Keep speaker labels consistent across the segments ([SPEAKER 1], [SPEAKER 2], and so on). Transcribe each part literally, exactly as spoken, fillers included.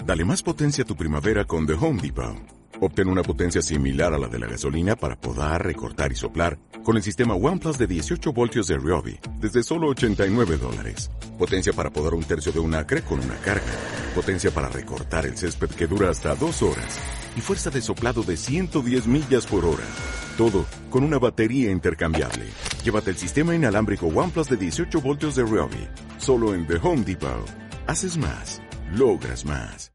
[SPEAKER 1] Dale más potencia a tu primavera con The Home Depot. Obtén una potencia similar a la de la gasolina para podar, recortar y soplar con el sistema OnePlus de dieciocho voltios de Ryobi desde solo ochenta y nueve dólares. Potencia para podar un tercio de un acre con una carga. Potencia para recortar el césped que dura hasta dos horas. Y fuerza de soplado de ciento diez millas por hora. Todo con una batería intercambiable. Llévate el sistema inalámbrico OnePlus de dieciocho voltios de Ryobi. Solo en The Home Depot. Haces más. Logras más.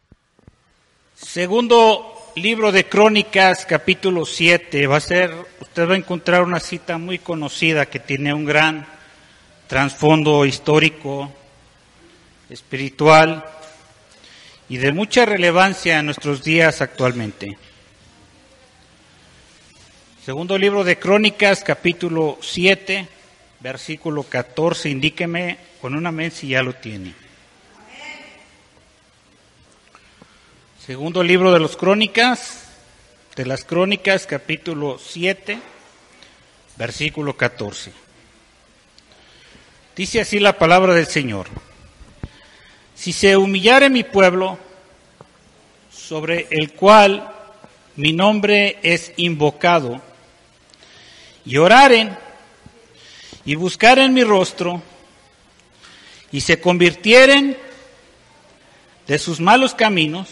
[SPEAKER 2] Segundo libro de Crónicas, capítulo siete. Va a ser, usted va a encontrar una cita muy conocida que tiene un gran trasfondo histórico, espiritual y de mucha relevancia en nuestros días actualmente. Segundo libro de Crónicas, capítulo siete, versículo catorce. Indíqueme con una amén si ya lo tiene. Segundo libro de los Crónicas, de las Crónicas, capítulo siete, versículo catorce. Dice así la palabra del Señor: si se humillare mi pueblo, sobre el cual mi nombre es invocado, y oraren y buscaren mi rostro, y se convirtieren de sus malos caminos,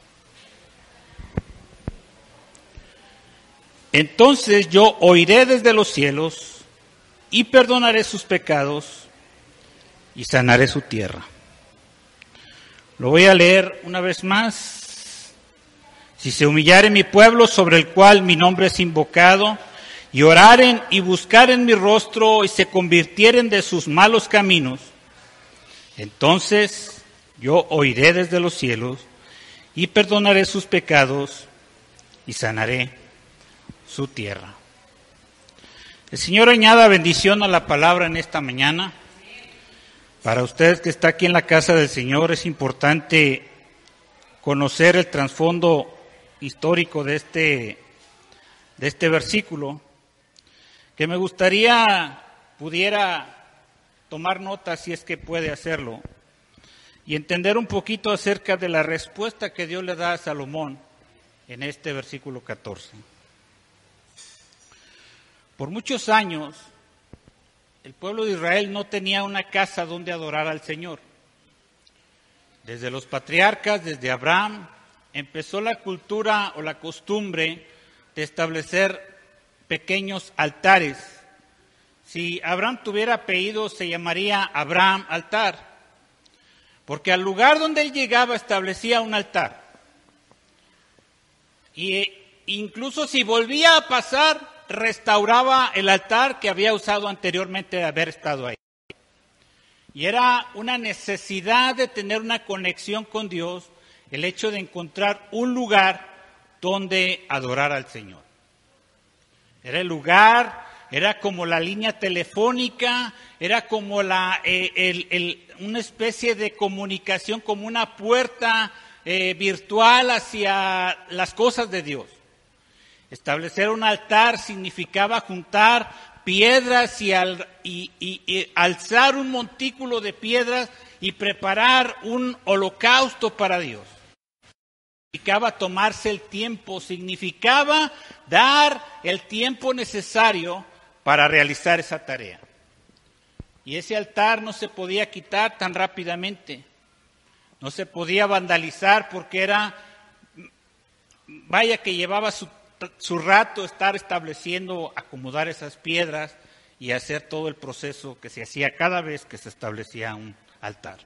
[SPEAKER 2] entonces yo oiré desde los cielos y perdonaré sus pecados y sanaré su tierra. Lo voy a leer una vez más. Si se humillare mi pueblo sobre el cual mi nombre es invocado, y oraren y buscaren mi rostro y se convirtieren de sus malos caminos, entonces yo oiré desde los cielos y perdonaré sus pecados y sanaré su tierra. El Señor añada bendición a la palabra en esta mañana. Para usted que está aquí en la casa del Señor, es importante conocer el trasfondo histórico de este, de este versículo, que me gustaría pudiera tomar nota si es que puede hacerlo, y entender un poquito acerca de la respuesta que Dios le da a Salomón en este versículo catorce. Por muchos años, el pueblo de Israel no tenía una casa donde adorar al Señor. Desde los patriarcas, desde Abraham, empezó la cultura o la costumbre de establecer pequeños altares. Si Abraham tuviera apellido, se llamaría Abraham altar, porque al lugar donde él llegaba establecía un altar. Y incluso si volvía a pasar, restauraba el altar que había usado anteriormente de haber estado ahí. Y era una necesidad de tener una conexión con Dios, el hecho de encontrar un lugar donde adorar al Señor. Era el lugar, era como la línea telefónica, era como la, eh, el, el, una especie de comunicación, como una puerta eh, virtual hacia las cosas de Dios. Establecer un altar significaba juntar piedras y, al, y, y, y alzar un montículo de piedras y preparar un holocausto para Dios. Significaba tomarse el tiempo, significaba dar el tiempo necesario para realizar esa tarea. Y ese altar no se podía quitar tan rápidamente, no se podía vandalizar porque era, vaya que llevaba su su rato estar estableciendo, acomodar esas piedras y hacer todo el proceso que se hacía cada vez que se establecía un altar.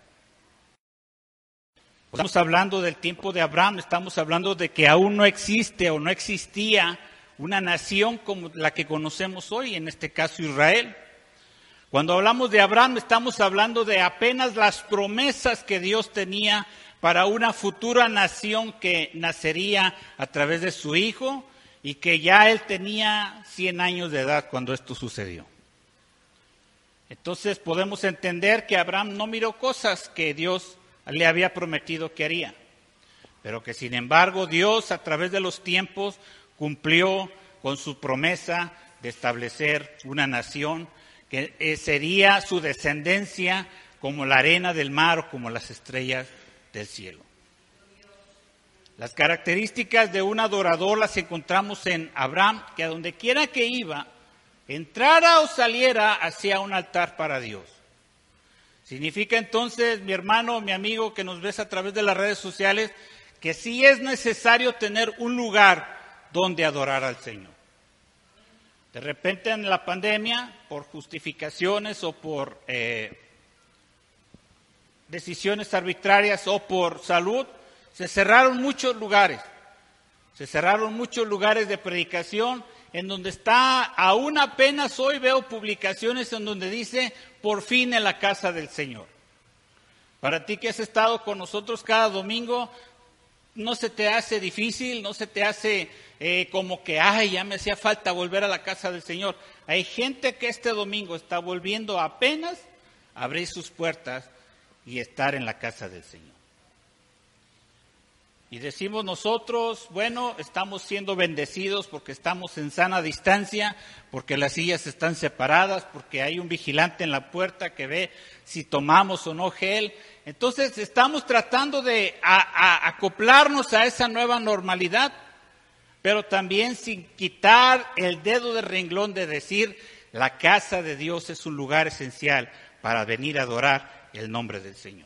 [SPEAKER 2] Estamos hablando del tiempo de Abraham, estamos hablando de que aún no existe o no existía una nación como la que conocemos hoy, en este caso Israel. Cuando hablamos de Abraham, estamos hablando de apenas las promesas que Dios tenía para una futura nación que nacería a través de su hijo, y que ya él tenía cien años de edad cuando esto sucedió. Entonces podemos entender que Abraham no miró cosas que Dios le había prometido que haría, pero que sin embargo Dios a través de los tiempos cumplió con su promesa de establecer una nación que sería su descendencia como la arena del mar o como las estrellas del cielo. Las características de un adorador las encontramos en Abraham, que a donde quiera que iba, entrara o saliera, hacía un altar para Dios. Significa entonces, mi hermano, mi amigo, que nos ves a través de las redes sociales, que sí es necesario tener un lugar donde adorar al Señor. De repente en la pandemia, por justificaciones o por eh, decisiones arbitrarias o por salud, se cerraron muchos lugares. Se cerraron muchos lugares de predicación en donde está, aún apenas hoy veo publicaciones en donde dice, por fin en la casa del Señor. Para ti que has estado con nosotros cada domingo, no se te hace difícil, no se te hace eh, como que, ay, ya me hacía falta volver a la casa del Señor. Hay gente que este domingo está volviendo apenas a abrir sus puertas y estar en la casa del Señor. Y decimos nosotros, bueno, estamos siendo bendecidos porque estamos en sana distancia, porque las sillas están separadas, porque hay un vigilante en la puerta que ve si tomamos o no gel. Entonces estamos tratando de a, a, acoplarnos a esa nueva normalidad, pero también sin quitar el dedo de renglón de decir, la casa de Dios es un lugar esencial para venir a adorar el nombre del Señor.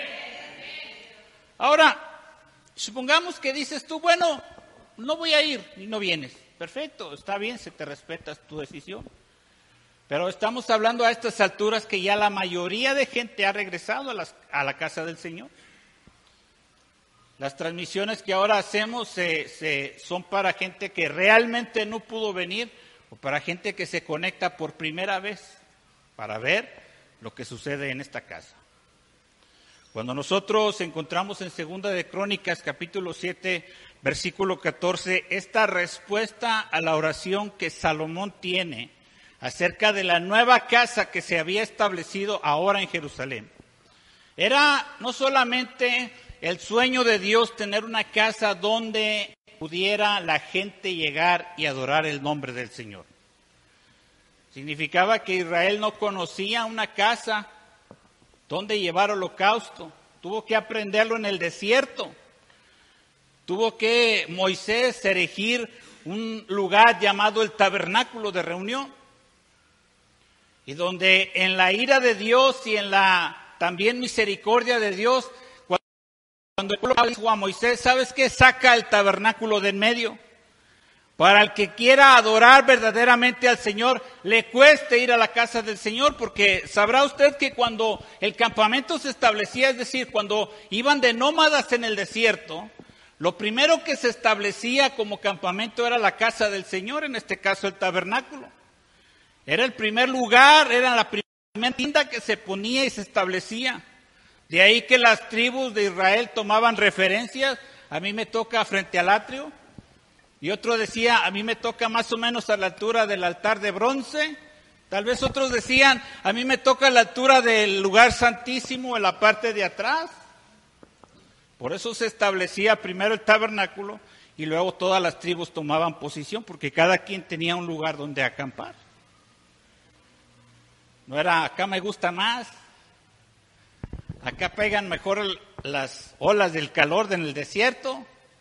[SPEAKER 2] Ahora, supongamos que dices tú, bueno, no voy a ir y no vienes. Perfecto, está bien, se te respeta tu decisión. Pero estamos hablando a estas alturas que ya la mayoría de gente ha regresado a, las, a la casa del Señor. Las transmisiones que ahora hacemos se, se, son para gente que realmente no pudo venir o para gente que se conecta por primera vez para ver lo que sucede en esta casa. Cuando nosotros encontramos en Segunda de Crónicas, capítulo siete, versículo catorce, esta respuesta a la oración que Salomón tiene acerca de la nueva casa que se había establecido ahora en Jerusalén. Era no solamente el sueño de Dios tener una casa donde pudiera la gente llegar y adorar el nombre del Señor. Significaba que Israel no conocía una casa donde llevar holocausto. Tuvo que aprenderlo en el desierto. Tuvo que Moisés erigir un lugar llamado el tabernáculo de reunión. Y donde en la ira de Dios y en la también misericordia de Dios, cuando el pueblo dijo a Moisés, ¿sabes qué? Saca el tabernáculo de en medio. Para el que quiera adorar verdaderamente al Señor, le cueste ir a la casa del Señor, porque sabrá usted que cuando el campamento se establecía, es decir, cuando iban de nómadas en el desierto, lo primero que se establecía como campamento era la casa del Señor, en este caso el tabernáculo. Era el primer lugar, era la primera tienda que se ponía y se establecía. De ahí que las tribus de Israel tomaban referencias. A mí me toca frente al atrio. Y otro decía, a mí me toca más o menos a la altura del altar de bronce. Tal vez otros decían, a mí me toca a la altura del lugar santísimo en la parte de atrás. Por eso se establecía primero el tabernáculo y luego todas las tribus tomaban posición, porque cada quien tenía un lugar donde acampar. No era, acá me gusta más, acá pegan mejor las olas del calor en el desierto.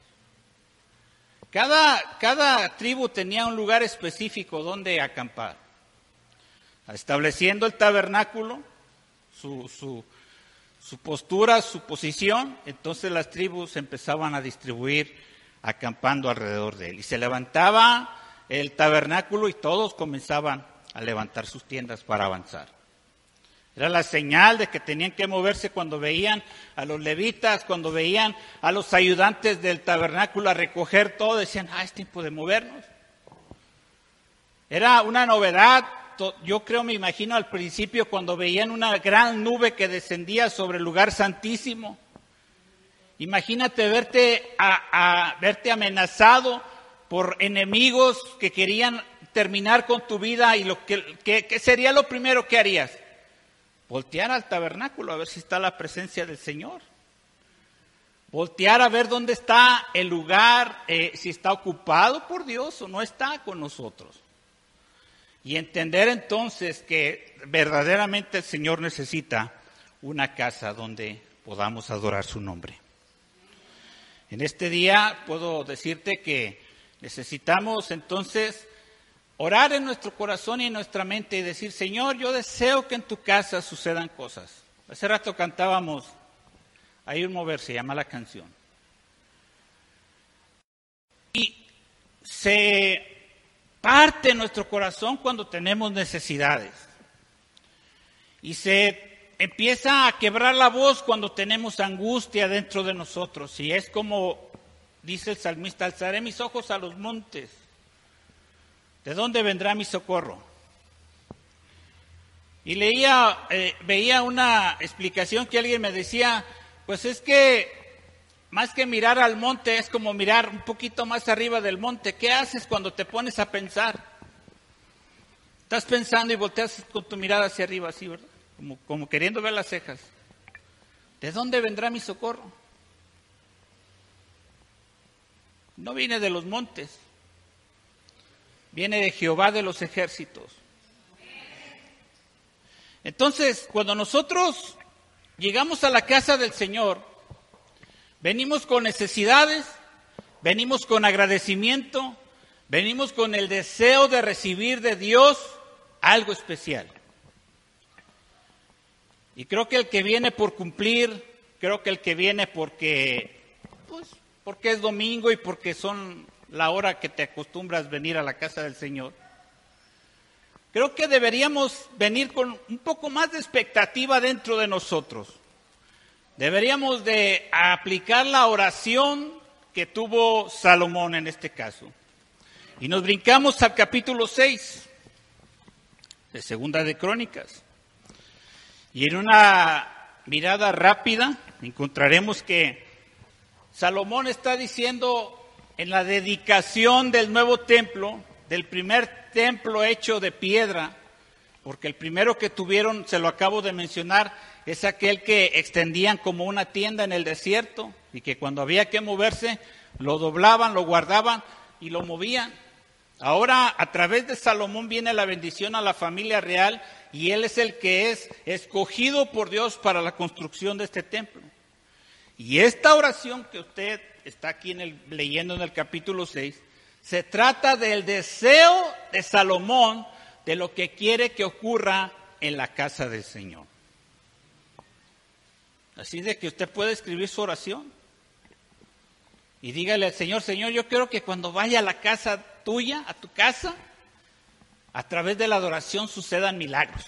[SPEAKER 2] Cada, cada tribu tenía un lugar específico donde acampar. Estableciendo el tabernáculo, su, su, su postura, su posición, entonces las tribus empezaban a distribuir acampando alrededor de él. Y se levantaba el tabernáculo y todos comenzaban a levantar sus tiendas para avanzar. Era la señal de que tenían que moverse cuando veían a los levitas, cuando veían a los ayudantes del tabernáculo a recoger todo, decían, ah, es tiempo de movernos. Era una novedad, yo creo, me imagino al principio cuando veían una gran nube que descendía sobre el lugar santísimo. Imagínate verte, a, a, verte amenazado por enemigos que querían terminar con tu vida y lo que, que, que sería lo primero que harías. Voltear al tabernáculo a ver si está la presencia del Señor. Voltear a ver dónde está el lugar, eh, si está ocupado por Dios o no está con nosotros. Y entender entonces que verdaderamente el Señor necesita una casa donde podamos adorar su nombre. En este día puedo decirte que necesitamos entonces orar en nuestro corazón y en nuestra mente y decir, Señor, yo deseo que en tu casa sucedan cosas. Hace rato cantábamos, hay un mover, se llama la canción. Y se parte nuestro corazón cuando tenemos necesidades. Y se empieza a quebrar la voz cuando tenemos angustia dentro de nosotros. Y es como dice el salmista, alzaré mis ojos a los montes. ¿De dónde vendrá mi socorro? Y leía, eh, veía una explicación que alguien me decía, pues es que más que mirar al monte, es como mirar un poquito más arriba del monte. ¿Qué haces cuando te pones a pensar? Estás pensando y volteas con tu mirada hacia arriba, así, ¿verdad? Como, como queriendo ver las cejas. ¿De dónde vendrá mi socorro? No viene de los montes, viene de Jehová de los ejércitos. Entonces, cuando nosotros llegamos a la casa del Señor, venimos con necesidades, venimos con agradecimiento, venimos con el deseo de recibir de Dios algo especial. Y creo que el que viene por cumplir, creo que el que viene porque, pues, porque es domingo y porque son la hora que te acostumbras venir a la casa del Señor, creo que deberíamos venir con un poco más de expectativa dentro de nosotros. Deberíamos de aplicar la oración que tuvo Salomón en este caso. Y nos brincamos al capítulo seis de Segunda de Crónicas. Y en una mirada rápida encontraremos que Salomón está diciendo en la dedicación del nuevo templo, del primer templo hecho de piedra, porque el primero que tuvieron, se lo acabo de mencionar, es aquel que extendían como una tienda en el desierto y que cuando había que moverse, lo doblaban, lo guardaban y lo movían. Ahora, a través de Salomón viene la bendición a la familia real y él es el que es escogido por Dios para la construcción de este templo. Y esta oración que usted está aquí en el, leyendo en el capítulo seis, se trata del deseo de Salomón de lo que quiere que ocurra en la casa del Señor. Así de que usted puede escribir su oración y dígale al Señor, Señor, yo quiero que cuando vaya a la casa tuya, a tu casa, a través de la adoración sucedan milagros.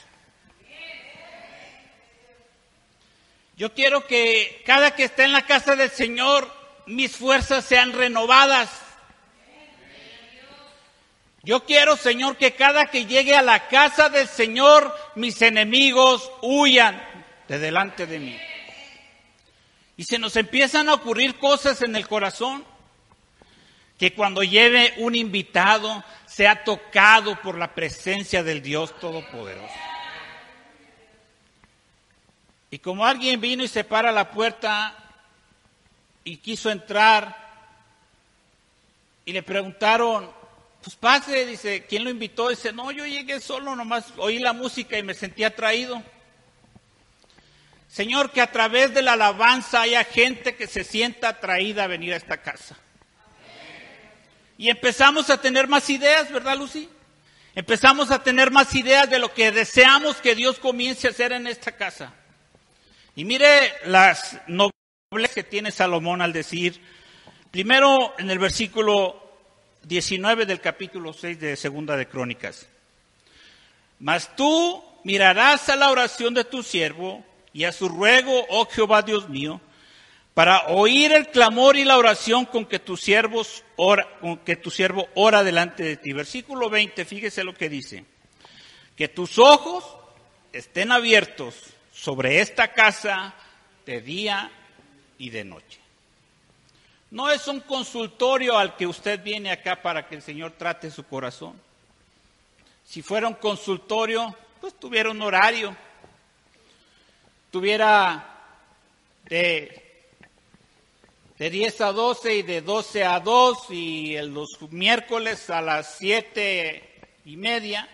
[SPEAKER 2] Yo quiero que cada que esté en la casa del Señor, mis fuerzas sean renovadas. Yo quiero, Señor, que cada que llegue a la casa del Señor, mis enemigos huyan de delante de mí. Y se nos empiezan a ocurrir cosas en el corazón, que cuando lleve un invitado, sea tocado por la presencia del Dios Todopoderoso. Y como alguien vino y se para a la puerta y quiso entrar, y le preguntaron, pues pase, dice, ¿quién lo invitó? Dice, no, yo llegué solo, nomás oí la música y me sentí atraído. Señor, que a través de la alabanza haya gente que se sienta atraída a venir a esta casa. Y empezamos a tener más ideas, ¿verdad, Lucy? Empezamos a tener más ideas de lo que deseamos que Dios comience a hacer en esta casa. Y mire las noblezas que tiene Salomón al decir, primero en el versículo diecinueve del capítulo seis de Segunda de Crónicas. Mas tú mirarás a la oración de tu siervo y a su ruego, oh Jehová Dios mío, para oír el clamor y la oración con que tu siervo ora, con que tu siervo ora delante de ti. Versículo veinte, fíjese lo que dice. Que tus ojos estén abiertos sobre esta casa de día y de noche. No es un consultorio al que usted viene acá para que el Señor trate su corazón. Si fuera un consultorio, pues tuviera un horario. Tuviera de, de diez a doce y de doce a dos y el, los miércoles a las siete y media.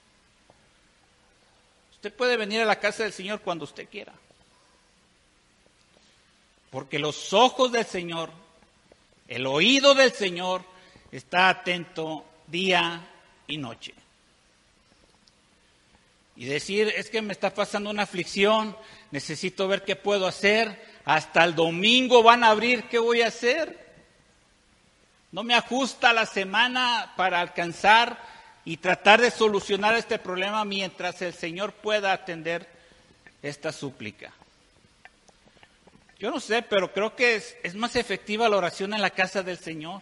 [SPEAKER 2] Usted puede venir a la casa del Señor cuando usted quiera. Porque los ojos del Señor El oído del Señor está atento día y noche. Y decir, es que me está pasando una aflicción, necesito ver qué puedo hacer, hasta el domingo van a abrir, ¿qué voy a hacer? No me ajusta la semana para alcanzar y tratar de solucionar este problema mientras el Señor pueda atender esta súplica. Yo no sé, pero creo que es, es más efectiva la oración en la casa del Señor.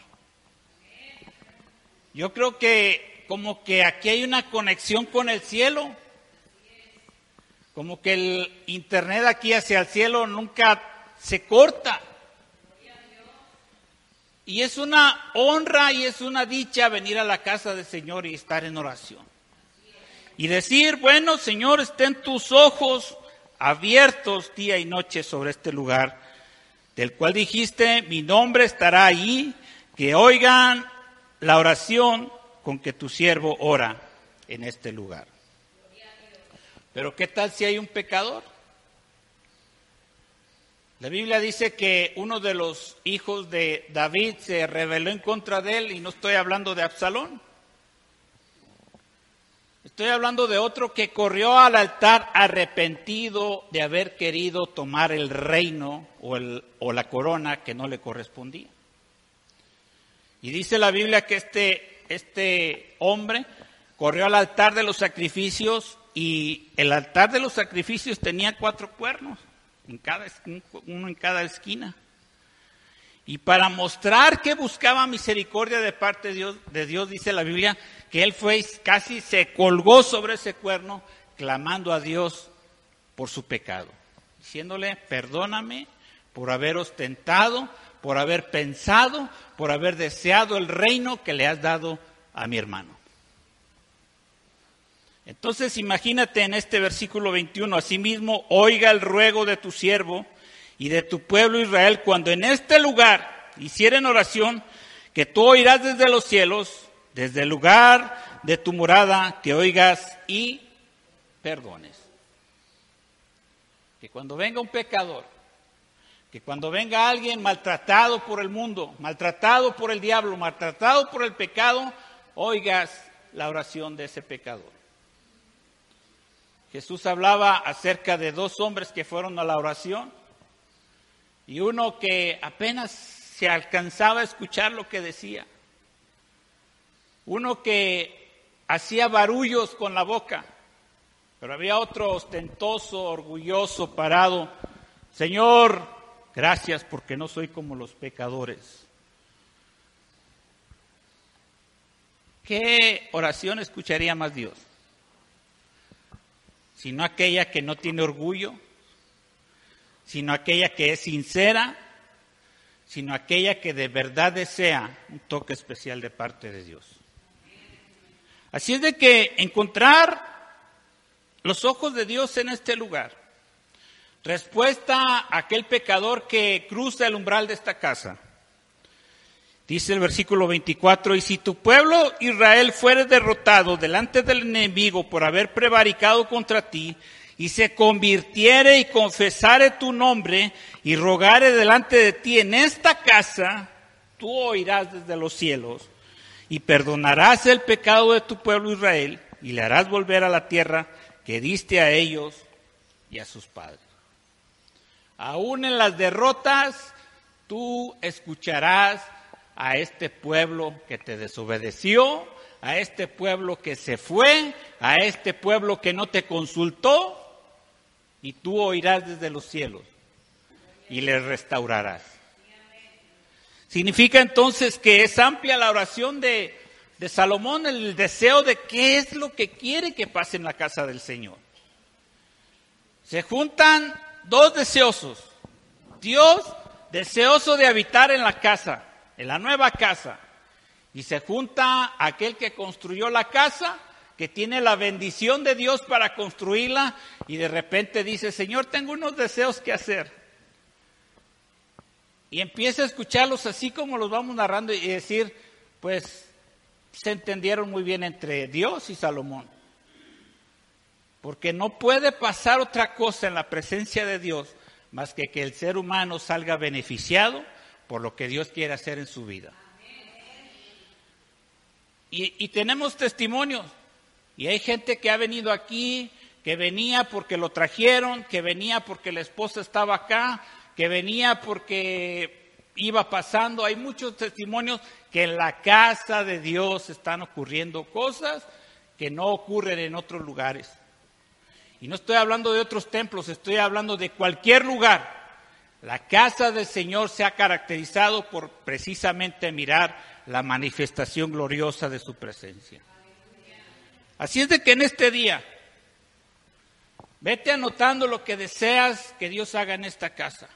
[SPEAKER 2] Yo creo que como que aquí hay una conexión con el cielo. Como que el internet aquí hacia el cielo nunca se corta. Y es una honra y es una dicha venir a la casa del Señor y estar en oración. Y decir, bueno, Señor, estén tus ojos abiertos día y noche sobre este lugar, del cual dijiste, mi nombre estará ahí, que oigan la oración con que tu siervo ora en este lugar. Pero ¿qué tal si hay un pecador? La Biblia dice que uno de los hijos de David se rebeló en contra de él, y no estoy hablando de Absalón. Estoy hablando de otro que corrió al altar arrepentido de haber querido tomar el reino o, el, o la corona que no le correspondía. Y dice la Biblia que este, este hombre corrió al altar de los sacrificios, y el altar de los sacrificios tenía cuatro cuernos, en cada, uno en cada esquina. Y para mostrar que buscaba misericordia de parte de Dios, de Dios, dice la Biblia, que él fue casi se colgó sobre ese cuerno, clamando a Dios por su pecado, diciéndole, perdóname por haber ostentado, por haber pensado, por haber deseado el reino que le has dado a mi hermano. Entonces imagínate en este versículo veintiuno, asimismo, oiga el ruego de tu siervo y de tu pueblo Israel, cuando en este lugar hicieren oración, que tú oirás desde los cielos, desde el lugar de tu morada, que oigas y perdones. Que cuando venga un pecador, que cuando venga alguien maltratado por el mundo, maltratado por el diablo, maltratado por el pecado, oigas la oración de ese pecador. Jesús hablaba acerca de dos hombres que fueron a la oración y uno que apenas se alcanzaba a escuchar lo que decía. Uno que hacía barullos con la boca, pero había otro ostentoso, orgulloso, parado. Señor, gracias porque no soy como los pecadores. ¿Qué oración escucharía más Dios? Sino aquella que no tiene orgullo, sino aquella que es sincera, sino aquella que de verdad desea un toque especial de parte de Dios. Así es de que encontrar los ojos de Dios en este lugar, respuesta a aquel pecador que cruza el umbral de esta casa. Dice el versículo veinticuatro, y si tu pueblo Israel fuere derrotado delante del enemigo por haber prevaricado contra ti, y se convirtiere y confesare tu nombre, y rogare delante de ti en esta casa, tú oirás desde los cielos, y perdonarás el pecado de tu pueblo Israel, y le harás volver a la tierra que diste a ellos y a sus padres. Aún en las derrotas, tú escucharás a este pueblo que te desobedeció, a este pueblo que se fue, a este pueblo que no te consultó, y tú oirás desde los cielos y les restaurarás. Significa entonces que es amplia la oración de, de Salomón, el deseo de qué es lo que quiere que pase en la casa del Señor. Se juntan dos deseosos. Dios, deseoso de habitar en la casa, en la nueva casa, y se junta aquel que construyó la casa, que tiene la bendición de Dios para construirla, y de repente dice, Señor, tengo unos deseos que hacer. Y empieza a escucharlos así como los vamos narrando y decir, pues se entendieron muy bien entre Dios y Salomón. Porque no puede pasar otra cosa en la presencia de Dios más que que el ser humano salga beneficiado por lo que Dios quiere hacer en su vida. Y, y tenemos testimonios, y hay gente que ha venido aquí, que venía porque lo trajeron, que venía porque la esposa estaba acá, que venía porque iba pasando. Hay muchos testimonios que en la casa de Dios están ocurriendo cosas que no ocurren en otros lugares. Y no estoy hablando de otros templos, estoy hablando de cualquier lugar. La casa del Señor se ha caracterizado por precisamente mirar la manifestación gloriosa de su presencia. Así es de que en este día, vete anotando lo que deseas que Dios haga en esta casa.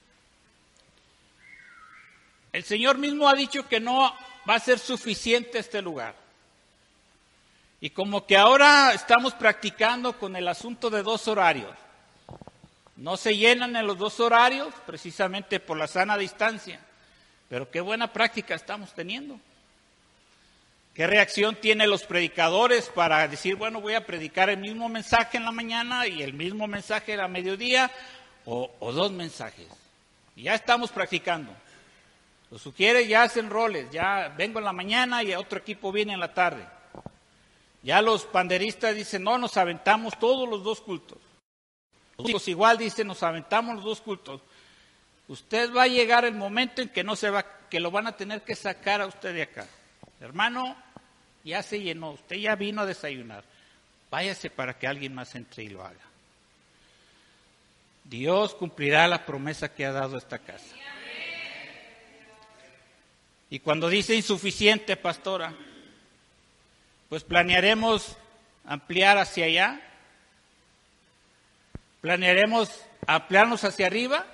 [SPEAKER 2] El Señor mismo ha dicho que no va a ser suficiente este lugar. Y como que ahora estamos practicando con el asunto de dos horarios. No se llenan en los dos horarios, precisamente por la sana distancia. Pero qué buena práctica estamos teniendo. ¿Qué reacción tienen los predicadores para decir, bueno, voy a predicar el mismo mensaje en la mañana y el mismo mensaje a mediodía, o, o dos mensajes? Y ya estamos practicando. Los sugiere, ya hacen roles, ya vengo en la mañana y otro equipo viene en la tarde. Ya los panderistas dicen, no, nos aventamos todos los dos cultos. Los músicos igual dicen, nos aventamos los dos cultos. Usted va a llegar el momento en que no se va, que lo van a tener que sacar a usted de acá. Hermano, ya se llenó, usted ya vino a desayunar. Váyase para que alguien más entre y lo haga. Dios cumplirá la promesa que ha dado a esta casa. Y cuando dice insuficiente, pastora, pues planearemos ampliar hacia allá. Planearemos ampliarnos hacia arriba.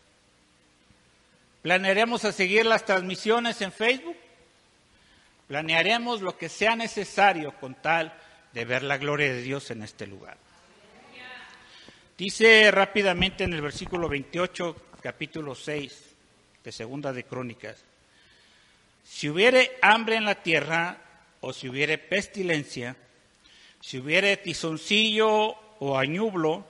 [SPEAKER 2] Planearemos a seguir las transmisiones en Facebook. Planearemos lo que sea necesario con tal de ver la gloria de Dios en este lugar. Dice rápidamente en el versículo veintiocho, capítulo seis de Segunda de Crónicas: si hubiere hambre en la tierra, o si hubiere pestilencia, si hubiere tizoncillo o añublo,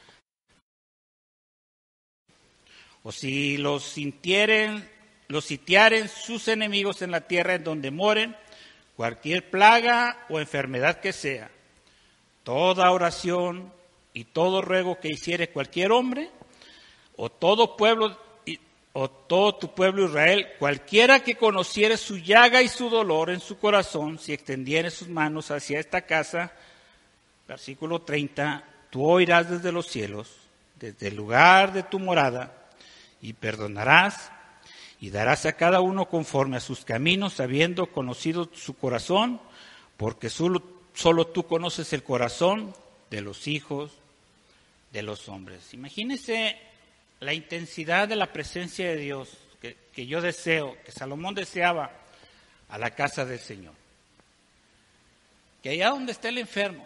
[SPEAKER 2] o si los sintieren, los sitiaren sus enemigos en la tierra en donde moren, cualquier plaga o enfermedad que sea, toda oración y todo ruego que hiciere cualquier hombre, o todo pueblo, o todo tu pueblo Israel, cualquiera que conociere su llaga y su dolor en su corazón, si extendiere sus manos hacia esta casa, versículo treinta, tú oirás desde los cielos, desde el lugar de tu morada, y perdonarás y darás a cada uno conforme a sus caminos, habiendo conocido su corazón, porque solo, solo tú conoces el corazón de los hijos de los hombres. Imagínense la intensidad de la presencia de Dios que, que yo deseo, que Salomón deseaba a la casa del Señor. Que allá donde esté el enfermo,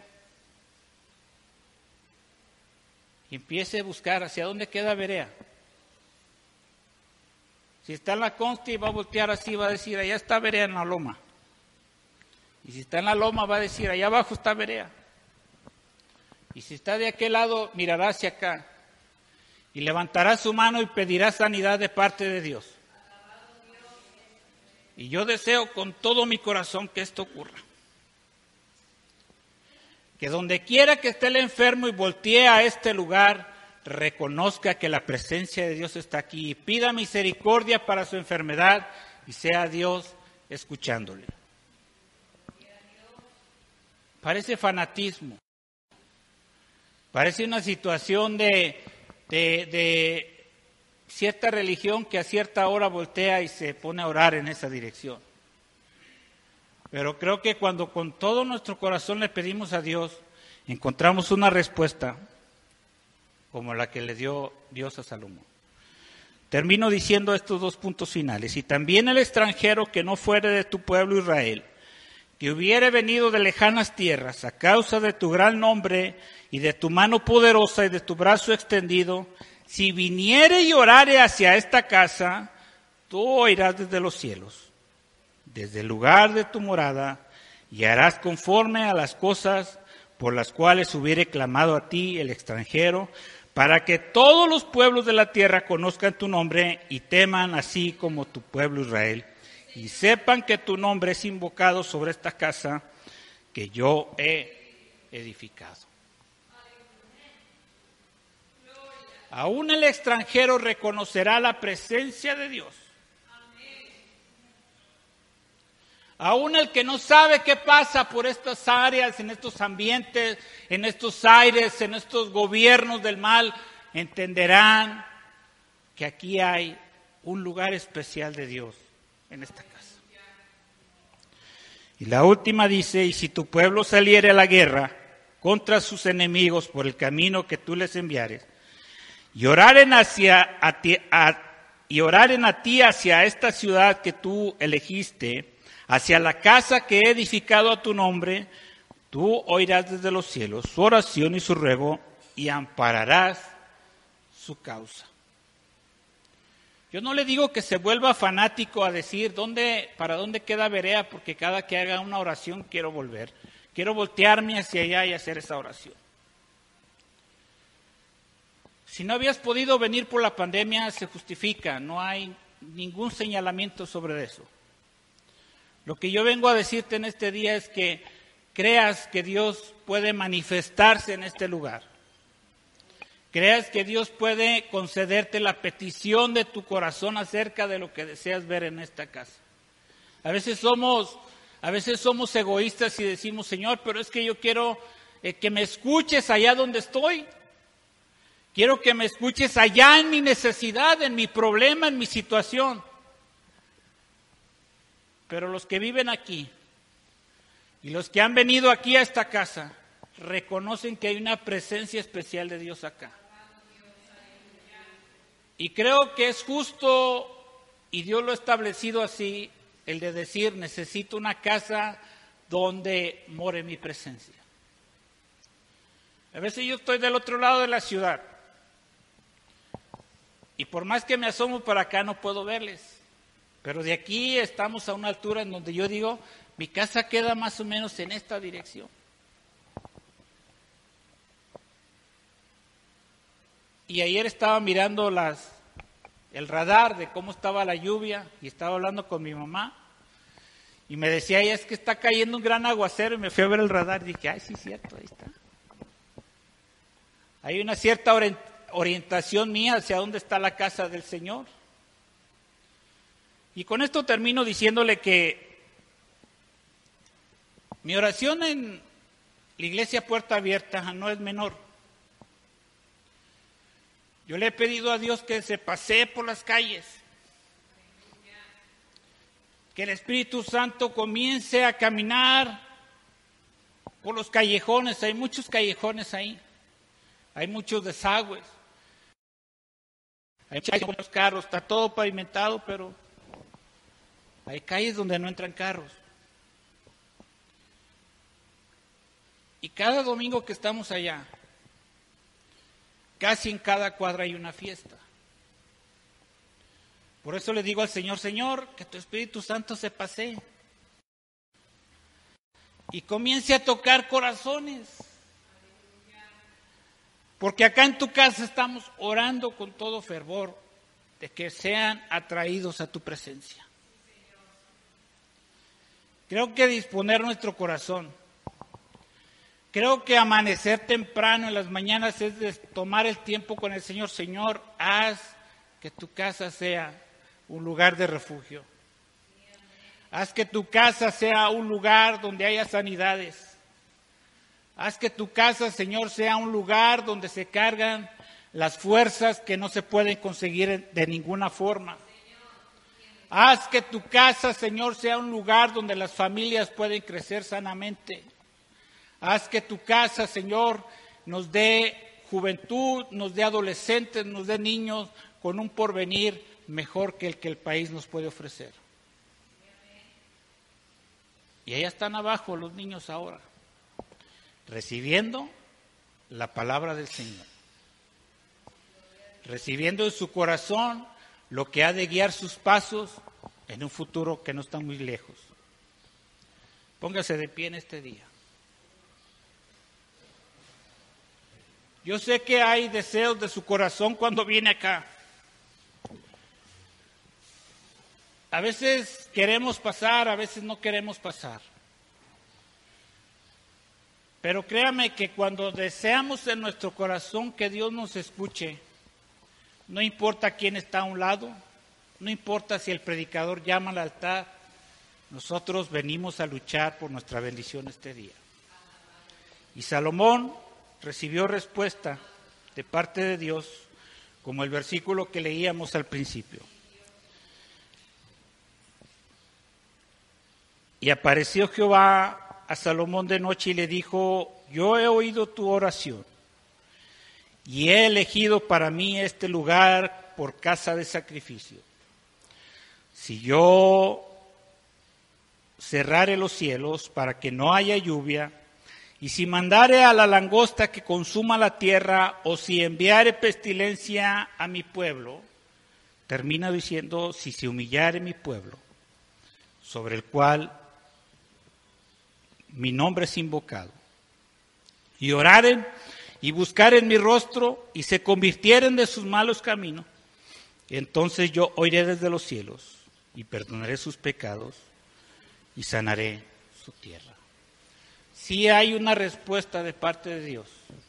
[SPEAKER 2] y empiece a buscar hacia dónde queda Berea. Si está en la Consti, va a voltear así, va a decir, allá está Berea en la loma. Y si está en la loma, va a decir, allá abajo está Berea. Y si está de aquel lado, mirará hacia acá. Y levantará su mano y pedirá sanidad de parte de Dios. Y yo deseo con todo mi corazón que esto ocurra. Que donde quiera que esté el enfermo y voltee a este lugar, reconozca que la presencia de Dios está aquí y pida misericordia para su enfermedad y sea Dios escuchándole. Parece fanatismo. Parece una situación de, de, de cierta religión que a cierta hora voltea y se pone a orar en esa dirección. Pero creo que cuando con todo nuestro corazón le pedimos a Dios, encontramos una respuesta como la que le dio Dios a Salomón. Termino diciendo estos dos puntos finales. Y también el extranjero que no fuere de tu pueblo Israel, que hubiere venido de lejanas tierras a causa de tu gran nombre y de tu mano poderosa y de tu brazo extendido, si viniere y orare hacia esta casa, tú oirás desde los cielos, desde el lugar de tu morada, y harás conforme a las cosas por las cuales hubiere clamado a ti el extranjero, para que todos los pueblos de la tierra conozcan tu nombre y teman así como tu pueblo Israel, y sepan que tu nombre es invocado sobre esta casa que yo he edificado. Aún el extranjero reconocerá la presencia de Dios. Aún el que no sabe qué pasa por estas áreas, en estos ambientes, en estos aires, en estos gobiernos del mal, entenderán que aquí hay un lugar especial de Dios en esta casa. Y la última dice, y si tu pueblo saliere a la guerra contra sus enemigos por el camino que tú les enviares, y oraren hacia a ti, a, y oraren a ti hacia esta ciudad que tú elegiste, hacia la casa que he edificado a tu nombre, tú oirás desde los cielos su oración y su ruego y ampararás su causa. Yo no le digo que se vuelva fanático a decir dónde, para dónde queda Berea, porque cada que haga una oración quiero volver. Quiero voltearme hacia allá y hacer esa oración. Si no habías podido venir por la pandemia, se justifica, no hay ningún señalamiento sobre eso. Lo que yo vengo a decirte en este día es que creas que Dios puede manifestarse en este lugar. Creas que Dios puede concederte la petición de tu corazón acerca de lo que deseas ver en esta casa. A veces somos, a veces somos egoístas y decimos, Señor, pero es que yo quiero eh, que me escuches allá donde estoy. Quiero que me escuches allá en mi necesidad, en mi problema, en mi situación. Pero los que viven aquí y los que han venido aquí a esta casa reconocen que hay una presencia especial de Dios acá. Y creo que es justo, y Dios lo ha establecido así, el de decir, necesito una casa donde more mi presencia. A veces yo estoy del otro lado de la ciudad y por más que me asomo para acá no puedo verles. Pero de aquí estamos a una altura en donde yo digo, mi casa queda más o menos en esta dirección. Y ayer estaba mirando las, el radar de cómo estaba la lluvia y estaba hablando con mi mamá. Y me decía, ella es que está cayendo un gran aguacero, y me fui a ver el radar y dije, ay, sí es cierto, ahí está. Hay una cierta orientación mía hacia dónde está la casa del Señor. Y con esto termino diciéndole que mi oración en la iglesia Puerta Abierta no es menor. Yo le he pedido a Dios que se pasee por las calles, que el Espíritu Santo comience a caminar por los callejones. Hay muchos callejones ahí, hay muchos desagües, hay muchos carros, está todo pavimentado, pero hay calles donde no entran carros. Y cada domingo que estamos allá, casi en cada cuadra hay una fiesta. Por eso le digo al Señor, Señor, que tu Espíritu Santo se pasee y comience a tocar corazones. Porque acá en tu casa estamos orando con todo fervor de que sean atraídos a tu presencia. Creo que disponer nuestro corazón, creo que amanecer temprano en las mañanas es de tomar el tiempo con el Señor. Señor, haz que tu casa sea un lugar de refugio. Haz que tu casa sea un lugar donde haya sanidades. Haz que tu casa, Señor, sea un lugar donde se cargan las fuerzas que no se pueden conseguir de ninguna forma. Haz que tu casa, Señor, sea un lugar donde las familias pueden crecer sanamente. Haz que tu casa, Señor, nos dé juventud, nos dé adolescentes, nos dé niños con un porvenir mejor que el que el país nos puede ofrecer. Y allá están abajo los niños ahora, recibiendo la palabra del Señor, recibiendo en su corazón lo que ha de guiar sus pasos en un futuro que no está muy lejos. Póngase de pie en este día. Yo sé que hay deseos de su corazón cuando viene acá. A veces queremos pasar, a veces no queremos pasar. Pero créame que cuando deseamos en nuestro corazón que Dios nos escuche, no importa quién está a un lado, no importa si el predicador llama al altar, nosotros venimos a luchar por nuestra bendición este día. Y Salomón recibió respuesta de parte de Dios, como el versículo que leíamos al principio. Y apareció Jehová a Salomón de noche y le dijo: yo he oído tu oración y he elegido para mí este lugar por casa de sacrificio. Si yo cerrare los cielos para que no haya lluvia, y si mandare a la langosta que consuma la tierra, o si enviare pestilencia a mi pueblo, termina diciendo: si se humillare mi pueblo, sobre el cual mi nombre es invocado, y oraren y buscaren mi rostro, y se convirtieren de sus malos caminos, entonces yo oiré desde los cielos, y perdonaré sus pecados, y sanaré su tierra. Sí hay una respuesta de parte de Dios,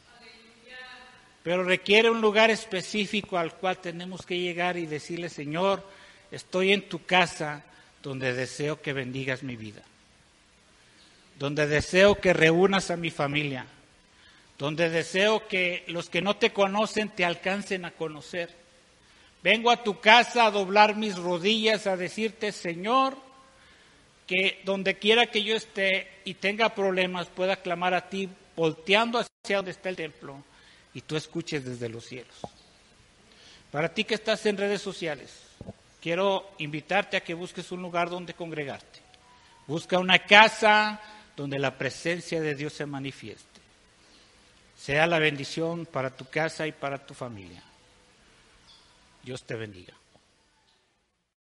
[SPEAKER 2] pero requiere un lugar específico al cual tenemos que llegar y decirle: Señor, estoy en tu casa donde deseo que bendigas mi vida, donde deseo que reúnas a mi familia, donde deseo que los que no te conocen te alcancen a conocer. Vengo a tu casa a doblar mis rodillas, a decirte: Señor, que donde quiera que yo esté y tenga problemas pueda clamar a ti, volteando hacia donde está el templo, y tú escuches desde los cielos. Para ti que estás en redes sociales, quiero invitarte a que busques un lugar donde congregarte. Busca una casa donde la presencia de Dios se manifieste. Sea la bendición para tu casa y para tu familia. Dios te bendiga.